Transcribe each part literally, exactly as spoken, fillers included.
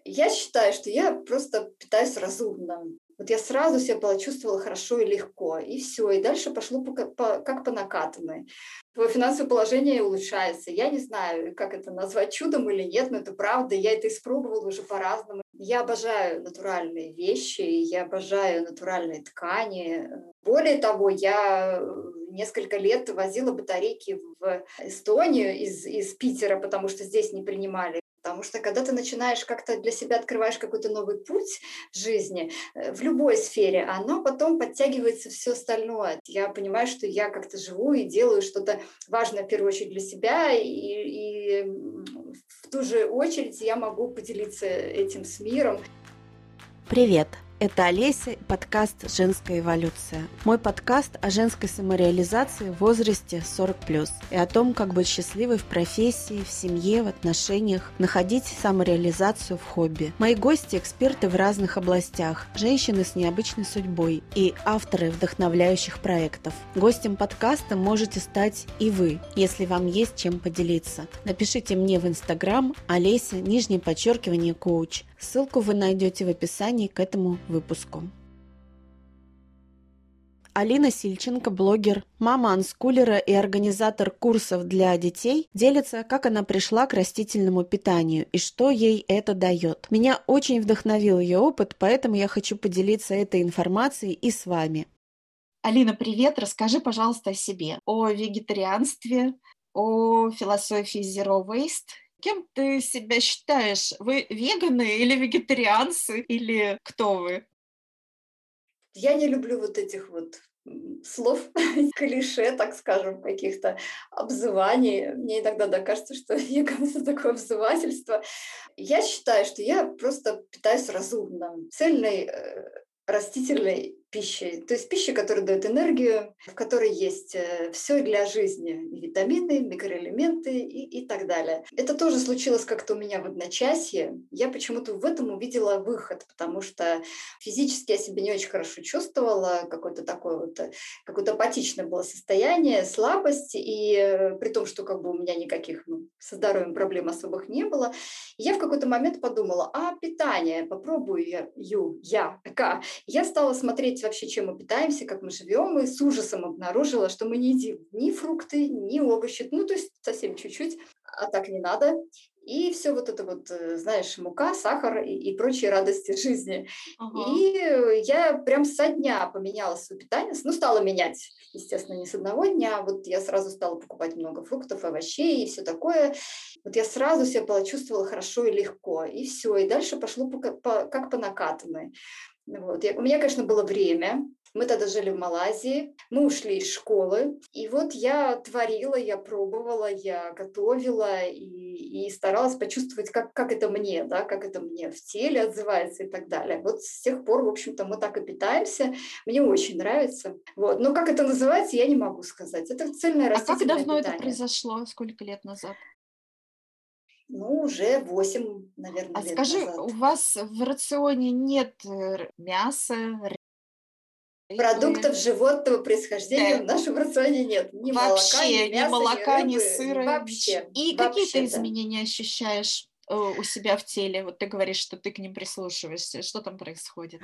Я считаю, что я просто питаюсь разумно. Вот я сразу себя почувствовала хорошо и легко, и все. И дальше пошло по ка по как по накатанной. Твое финансовое положение улучшается. Я не знаю, как это назвать, чудом или нет, но это правда. Я это испробовала уже по-разному. Я обожаю натуральные вещи, я обожаю натуральные ткани. Более того, я, э, несколько лет возила батарейки в Эстонию из из Питера, потому что здесь не принимали. Потому что когда ты начинаешь как-то для себя открываешь какой-то новый путь жизни, э, в любой сфере, оно потом подтягивается все остальное. Я понимаю, что я как-то живу и делаю что-то важное в первую очередь для себя, и, и м, в ту же очередь я могу поделиться этим с миром. Привет! Это Олеся и подкаст «Женская эволюция». Мой подкаст о женской самореализации в возрасте сорок плюс и о том, как быть счастливой в профессии, в семье, в отношениях, находить самореализацию в хобби. Мои гости – эксперты в разных областях, женщины с необычной судьбой и авторы вдохновляющих проектов. Гостем подкаста можете стать и вы, если вам есть чем поделиться. Напишите мне в Инстаграм Олеся, нижнее подчеркивание, коуч. Ссылку вы найдете в описании к этому выпуску. Алина Сильченко, блогер, мама анскулера и организатор курсов для детей, делится, как она пришла к растительному питанию и что ей это дает. Меня очень вдохновил ее опыт, поэтому я хочу поделиться этой информацией и с вами. Алина, привет! Расскажи, пожалуйста, о себе, о вегетарианстве, о философии Zero Waste. Кем ты себя считаешь? Вы веганы или вегетарианцы, или кто вы? Я не люблю вот этих вот м, слов, клише, так скажем, каких-то обзываний. Мне иногда да, кажется, что веганство такое обзывательство. Я считаю, что я просто питаюсь разумно, цельной э, растительной пищей. То есть пищей, которая дает энергию, в которой есть все для жизни. И витамины, микроэлементы и, и так далее. Это тоже случилось как-то у меня в одночасье. Я почему-то в этом увидела выход, потому что физически я себя не очень хорошо чувствовала, какое-то такое вот, э, какое-то апатичное было состояние, слабость, и э, при том, что как бы у меня никаких ну, со здоровьем проблем особых не было, я в какой-то момент подумала, а питание, попробую я, ю, я, к. Я стала смотреть вообще, чем мы питаемся, как мы живем, и с ужасом обнаружила, что мы не едим ни фрукты, ни овощи, ну, то есть совсем чуть-чуть, а так не надо. И все вот это вот, э, знаешь, мука, сахар и, и прочие радости жизни. Ага. И э, я прям со дня поменяла свое питание, ну, стала менять, естественно, не с одного дня. Вот я сразу стала покупать много фруктов, овощей и все такое. Вот я сразу себя почувствовала хорошо и легко, и все. И дальше пошло по, ка- по- как по накатанной. Вот. Я, у меня, конечно, было время. Мы тогда жили в Малайзии, мы ушли из школы, и вот я творила, я пробовала, я готовила и, и старалась почувствовать, как, как это мне, да, как это мне в теле отзывается и так далее. Вот с тех пор, в общем-то, мы так и питаемся. Мне очень нравится. Вот. Но как это называется, я не могу сказать. Это цельное А как растительное давно это питание. произошло? Сколько лет назад? Ну, уже восемь, наверное, А лет скажи, у назад. вас в рационе нет э, р- мяса, рыбы, Продуктов животного происхождения э, в нашем рационе нет. Ни молока, ни вообще ни мяса, ни молока, ни рыбы, ни сыра, ничего? вообще. И какие Вообще, ты да. изменения ощущаешь э, у себя в теле? Вот ты говоришь, что ты к ним прислушиваешься. Что там происходит?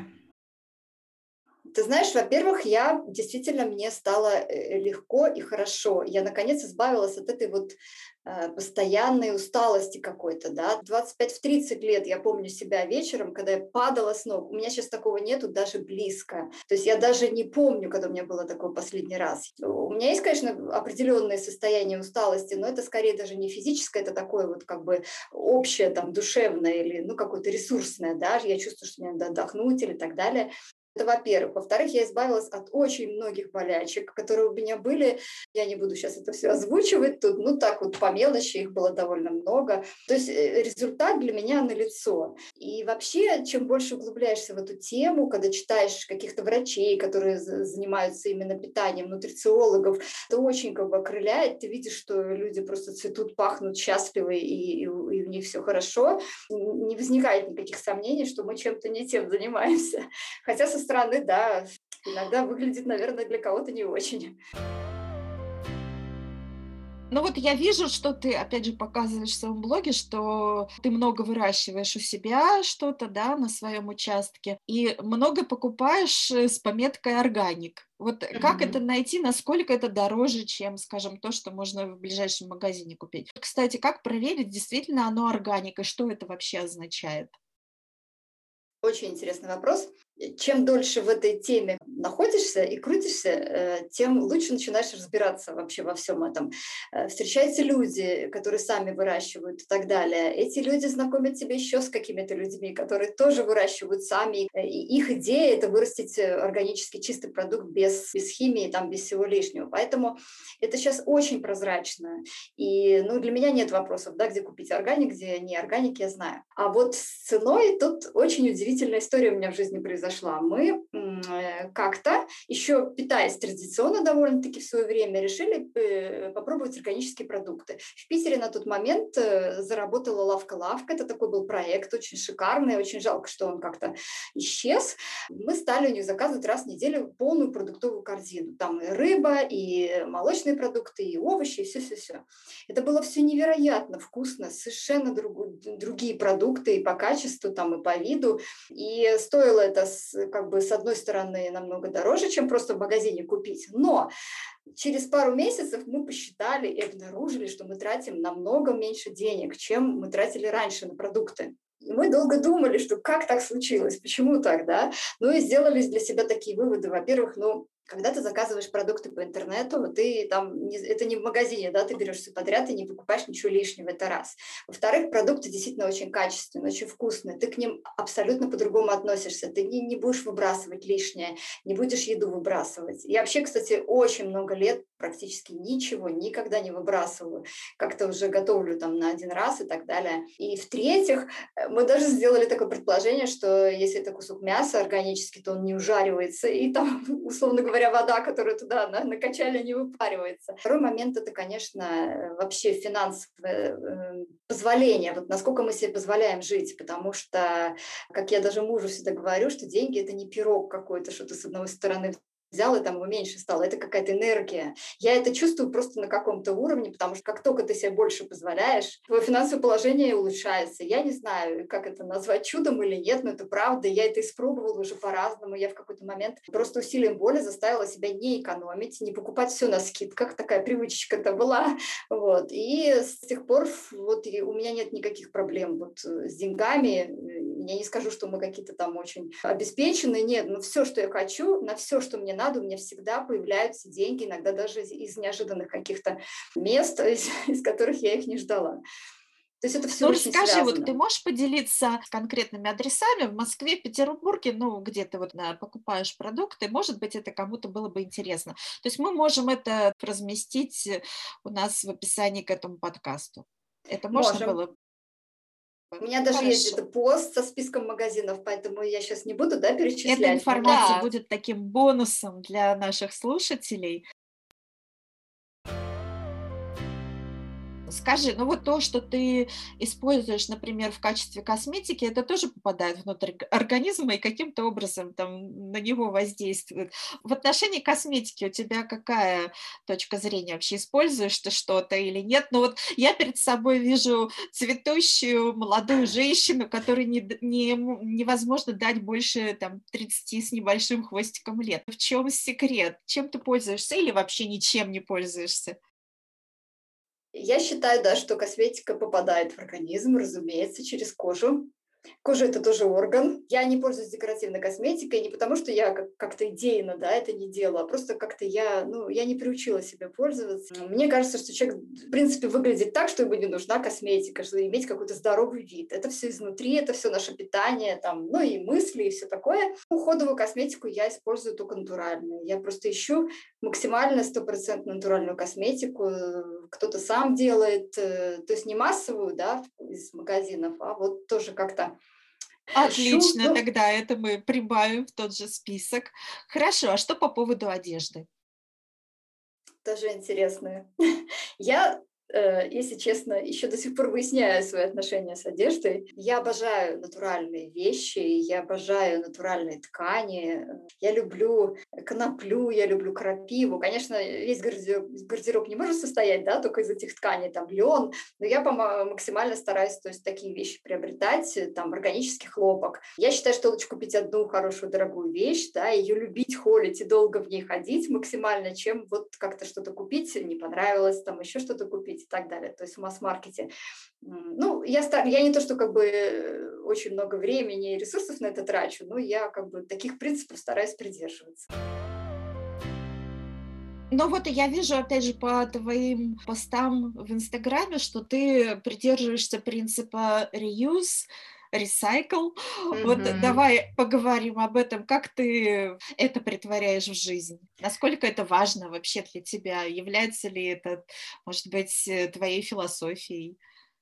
Ты знаешь, во-первых, я действительно мне стало э, легко и хорошо. Я наконец избавилась от этой вот э, постоянной усталости какой-то, да. двадцать пять тридцать лет я помню себя вечером, когда я падала с ног. У меня сейчас такого нету даже близко. То есть я даже не помню, когда у меня было такое последний раз. У меня есть, конечно, определенное состояние усталости, но это скорее даже не физическое, это такое вот как бы общее, там, душевное или, ну, какое-то ресурсное, да. Я чувствую, что мне надо отдохнуть или так далее. Это во-первых. Во-вторых, я избавилась от очень многих болячек, которые у меня были. Я не буду сейчас это все озвучивать тут, ну так вот по мелочи, их было довольно много. То есть э, результат для меня налицо. И вообще, чем больше углубляешься в эту тему, когда читаешь каких-то врачей, которые з- занимаются именно питанием, нутрициологов, это очень как бы окрыляет. Ты видишь, что люди просто цветут, пахнут счастливы, и, и у и у них все хорошо. Н- Не возникает никаких сомнений, что мы чем-то не тем занимаемся. Хотя со стороны, да, иногда выглядит, наверное, для кого-то не очень. Ну вот я вижу, что ты, опять же, показываешь в своем блоге, что ты много выращиваешь у себя что-то, да, на своем участке, и много покупаешь с пометкой «органик». Вот как это Мгм. найти, насколько это дороже, чем, скажем, то, что можно в ближайшем магазине купить? Кстати, как проверить, действительно оно органик, и что это вообще означает? Очень интересный вопрос. Чем дольше в этой теме находишься и крутишься, э, тем лучше начинаешь разбираться вообще во всем этом. Э, Встречаются люди, которые сами выращивают и так далее. Эти люди знакомят тебя еще с какими-то людьми, которые тоже выращивают сами. Э, И их идея – это вырастить э, органически чистый продукт без, без химии, там, без всего лишнего. Поэтому это сейчас очень прозрачно. И ну, для меня нет вопросов, да, где купить органик, где не органик, я знаю. А вот с ценой тут очень удивительная история у меня в жизни произошла. Мы м, э, как-то, еще питаясь традиционно довольно-таки в свое время, решили э, попробовать органические продукты. В Питере на тот момент э, заработала лавка-лавка. Это такой был проект очень шикарный. Очень жалко, что он как-то исчез. Мы стали у них заказывать раз в неделю полную продуктовую корзину. Там и рыба, и молочные продукты, и овощи, и все-все-все. Это было все невероятно вкусно, совершенно друг- другие продукты и по качеству, там, и по виду. И стоило это, с, как бы, с одной стороны, намного дороже, чем просто в магазине купить. Но через пару месяцев мы посчитали и обнаружили, что мы тратим намного меньше денег, чем мы тратили раньше на продукты. И мы долго думали, что как так случилось, почему так, да? Ну и сделали для себя такие выводы. Во-первых, ну, когда ты заказываешь продукты по интернету, ты там, не, это не в магазине, да, ты берешь все подряд и не покупаешь ничего лишнего, это раз. Во-вторых, продукты действительно очень качественные, очень вкусные, ты к ним абсолютно по-другому относишься, ты не, не будешь выбрасывать лишнее, не будешь еду выбрасывать. Я вообще, кстати, очень много лет практически ничего никогда не выбрасываю, как-то уже готовлю там на один раз и так далее. И в-третьих, мы даже сделали такое предположение, что если это кусок мяса органический, то он не ужаривается, и там, условно говоря, вода, которую туда на- накачали, не выпаривается. Второй момент – это, конечно, э, вообще финансовое э, позволение, вот насколько мы себе позволяем жить, потому что, как я даже мужу всегда говорю, что деньги – это не пирог какой-то, что ты с одной стороны взял, и там его меньше стало. Это какая-то энергия. Я это чувствую просто на каком-то уровне, потому что как только ты себе больше позволяешь, твое финансовое положение улучшается. Я не знаю, как это назвать, чудом или нет, но это правда. Я это испробовала уже по-разному. Я в какой-то момент просто усилием воли заставила себя не экономить, не покупать все на скидках. Такая привычечка-то была. Вот. И с тех пор вот и у меня нет никаких проблем вот с деньгами. Я не скажу, что мы какие-то там очень обеспеченные. Нет, но все, что я хочу, на все, что мне надо, у меня всегда появляются деньги, иногда даже из, из неожиданных каких-то мест, из, из которых я их не ждала. То есть это все Ну, очень расскажи, вот ты связано. можешь поделиться конкретными адресами в Москве, Петербурге, ну, где ты вот на- покупаешь продукты, может быть, это кому-то было бы интересно. То есть мы можем это разместить э, у нас в описании к этому подкасту. Это можно Можем. было У бы? меня даже есть Хорошо. где-то пост со списком магазинов, поэтому я сейчас не буду, да, Эта перечислять. Но информация да, будет таким бонусом для наших слушателей. Скажи, ну вот то, что ты используешь, например, в качестве косметики, это тоже попадает внутрь г- организма и каким-то образом там на него воздействует. В отношении косметики у тебя какая точка зрения? Вообще используешь ты что-то или нет? Ну вот я перед собой вижу цветущую молодую женщину, которой не, д- не, м- невозможно дать больше там тридцати с небольшим хвостиком лет. В чем секрет? Чем ты пользуешься или вообще ничем не пользуешься? я считаю, да, что косметика попадает в организм, разумеется, через кожу. Кожа – это тоже орган. Я не пользуюсь декоративной косметикой не потому, что я как- как-то идейно, да, это не делала, а просто как-то я, ну, я не приучила себя пользоваться. Мне кажется, что человек, в принципе, выглядит так, что ему не нужна косметика, чтобы иметь какой-то здоровый вид. Это все изнутри, это все наше питание, там, ну и мысли, и все такое. Уходовую косметику я использую только натуральную. Я просто ищу максимально стопроцентно натуральную косметику. э, Кто-то сам делает, э, то есть не массовую, да, из магазинов, а вот тоже как-то ищу, Отлично, ну, тогда это мы прибавим в тот же список. Хорошо, а что по поводу одежды? тоже интересное. Я э, если честно, еще до сих пор выясняю свои отношения с одеждой. Я обожаю натуральные вещи, я обожаю натуральные ткани. Я люблю коноплю, я люблю крапиву. Конечно, весь гардероб, гардероб не может состоять, да, только из этих тканей, там, лен, но я максимально стараюсь, то есть, такие вещи приобретать, там, органический хлопок. Я считаю, что лучше купить одну хорошую дорогую вещь, да, ее любить, холить и долго в ней ходить максимально, чем вот как-то что-то купить, не понравилось, там, еще что-то купить и так далее. То есть в масс-маркете. Ну, я, стар... я не то, что как бы очень много времени и ресурсов на это трачу, но я как бы таких принципов стараюсь придерживаться. Ну вот я вижу, опять же, по твоим постам в Инстаграме, что ты придерживаешься принципа reuse, recycle. Mm-hmm. Вот давай поговорим об этом. Как ты это претворяешь в жизнь? Насколько это важно вообще для тебя? Является ли это, может быть, твоей философией?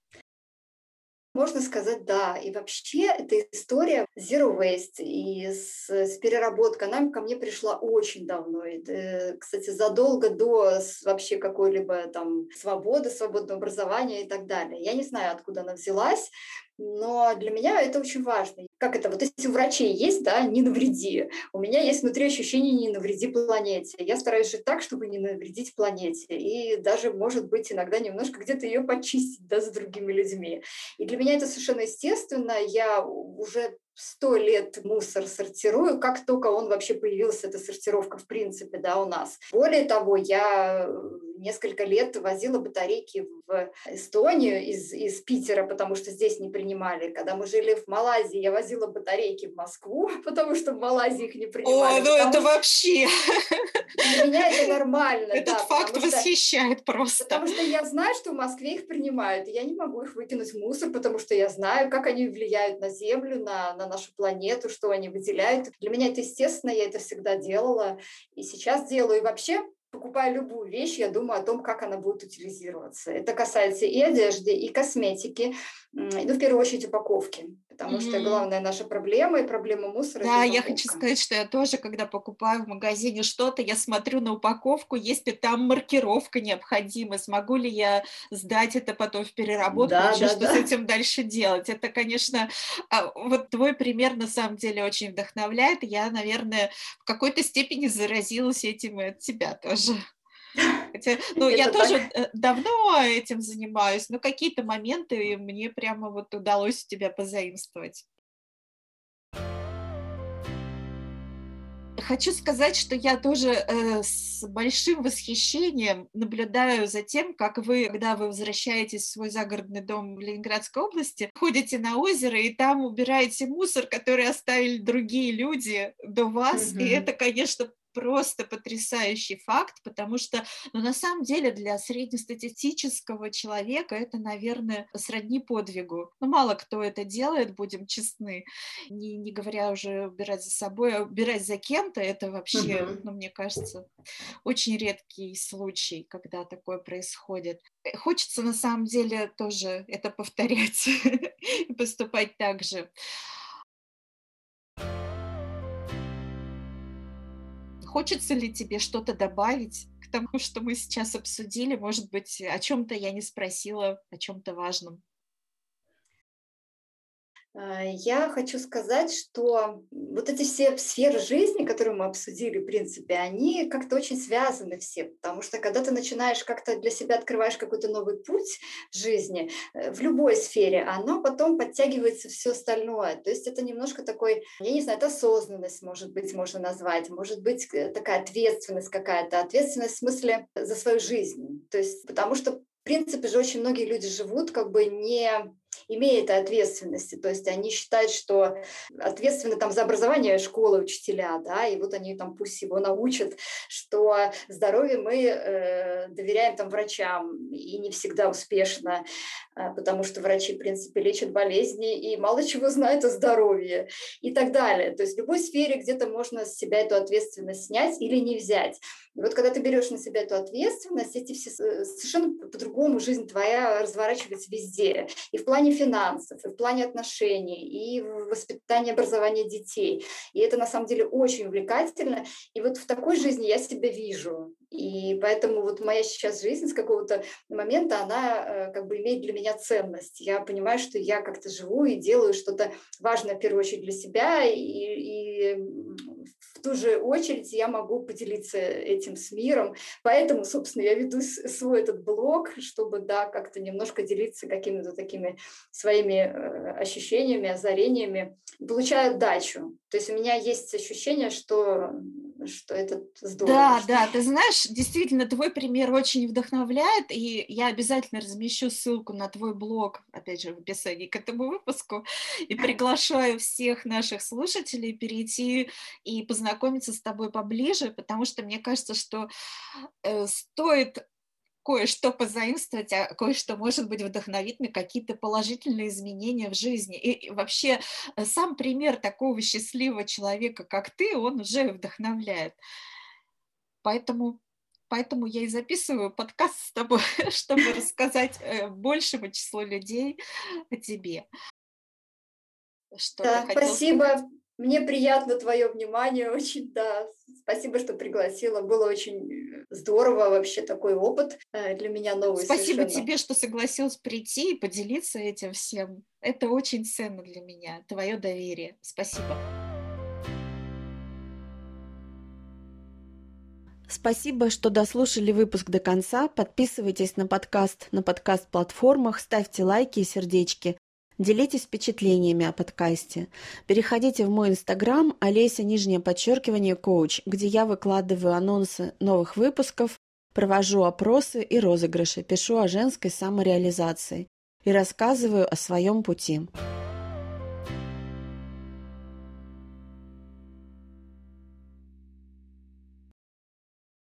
Можно сказать, да. И вообще эта история Zero Waste и с, с переработкой, она ко мне пришла очень давно. И, кстати, задолго до вообще какой-либо там свободы, свободного образования и так далее. Я не знаю, откуда она взялась, но для меня это очень важно. Как это, вот если у врачей есть, да, не навреди. У меня есть внутри ощущение не навреди планете. Я стараюсь жить так, чтобы не навредить планете. И даже, может быть, иногда немножко где-то ее почистить, да, с другими людьми. И для меня это совершенно естественно. Я уже сто лет мусор сортирую, как только он вообще появился, эта сортировка в принципе, да, у нас. Более того, я несколько лет возила батарейки в Эстонию из, из Питера, потому что здесь не принимали. Когда мы жили в Малайзии, я возила батарейки в Москву, потому что в Малайзии их не принимали. О, ну это что... вообще... Для меня это нормально. Этот да, факт восхищает что, просто. Потому что я знаю, что в Москве их принимают, и я не могу их выкинуть в мусор, потому что я знаю, как они влияют на Землю, на, на нашу планету, что они выделяют. Для меня это естественно, я это всегда делала, и сейчас делаю. И вообще, покупая любую вещь, я думаю о том, как она будет утилизироваться. Это касается и одежды, и косметики, ну, в первую очередь, упаковки, потому mm-hmm. что главная наша проблема и проблема мусора – да, это упаковка. Я хочу сказать, что я тоже, когда покупаю в магазине что-то, я смотрю на упаковку, есть ли там маркировка необходима, смогу ли я сдать это потом в переработку, да, вообще, да, что да. с этим дальше делать. Это, конечно, вот твой пример на самом деле очень вдохновляет. Я, наверное, в какой-то степени заразилась этим и от тебя тоже. Хотя, ну, я так. тоже давно этим занимаюсь, но какие-то моменты мне прямо вот удалось у тебя позаимствовать. Хочу сказать, что я тоже э, с большим восхищением наблюдаю за тем, как вы, когда вы возвращаетесь в свой загородный дом в Ленинградской области, ходите на озеро и там убираете мусор, который оставили другие люди до вас, mm-hmm. и это, конечно, просто потрясающий факт, потому что, ну, на самом деле для среднестатистического человека это, наверное, сродни подвигу. Ну, мало кто это делает, будем честны. Не, не говоря уже убирать за собой, а убирать за кем-то, это вообще, uh-huh. ну, мне кажется, очень редкий случай, когда такое происходит. Хочется, на самом деле, тоже это повторять и поступать так же. Хочется ли тебе что-то добавить к тому, что мы сейчас обсудили? Может быть, о чем-то я не спросила, о чем-то важном? Я хочу сказать, что вот эти все сферы жизни, которые мы обсудили, в принципе, они как-то очень связаны все, потому что когда ты начинаешь как-то для себя открываешь какой-то новый путь в жизни, в любой сфере, оно потом подтягивается все остальное. То есть это немножко такой, я не знаю, это осознанность, может быть, можно назвать, может быть, такая ответственность какая-то, ответственность в смысле за свою жизнь. То есть потому что, в принципе же, очень многие люди живут как бы не имея этой ответственности, то есть они считают, что ответственны там за образование школы, учителя, да, и вот они там пусть его научат, что здоровье мы э, доверяем там врачам, и не всегда успешно, э, потому что врачи, в принципе, лечат болезни и мало чего знают о здоровье и так далее. То есть в любой сфере где-то можно с себя эту ответственность снять или не взять. И вот когда ты берешь на себя эту ответственность, эти все совершенно по-другому жизнь твоя разворачивается везде. И в плане плане финансов, и в плане отношений, и в воспитании, образования детей. И это на самом деле очень увлекательно. И вот в такой жизни я себя вижу. И поэтому вот моя сейчас жизнь с какого-то момента, она как бы имеет для меня ценность. Я понимаю, что я как-то живу и делаю что-то важное в первую очередь для себя, и, и в ту же очередь я могу поделиться этим с миром. Поэтому, собственно, я веду свой этот блог, чтобы, да, как-то немножко делиться какими-то такими своими э, ощущениями, озарениями. Получаю отдачу. То есть у меня есть ощущение, что, что это здорово. Да, что... да, ты знаешь, действительно, твой пример очень вдохновляет, и я обязательно размещу ссылку на твой блог, опять же, в описании к этому выпуску, и приглашаю всех наших слушателей перейти и познакомиться с тобой поближе, потому что мне кажется, что э, стоит кое-что позаимствовать, а кое-что, может быть, вдохновит на какие-то положительные изменения в жизни. И вообще сам пример такого счастливого человека, как ты, он уже вдохновляет. Поэтому, поэтому я и записываю подкаст с тобой, чтобы рассказать большему числу людей о тебе. Что да, ты спасибо. Сказать? Мне приятно твое внимание, очень, да. Спасибо, что пригласила. Было очень здорово, вообще такой опыт для меня новый. Спасибо совершенно. тебе, что согласилась прийти и поделиться этим всем. Это очень ценно для меня, твое доверие. Спасибо. Спасибо, что дослушали выпуск до конца. Подписывайтесь на подкаст на подкаст-платформах, ставьте лайки и сердечки. Делитесь впечатлениями о подкасте. Переходите в мой инстаграм Олеся, нижнее подчеркивание, коуч, где я выкладываю анонсы новых выпусков, провожу опросы и розыгрыши, пишу о женской самореализации и рассказываю о своем пути.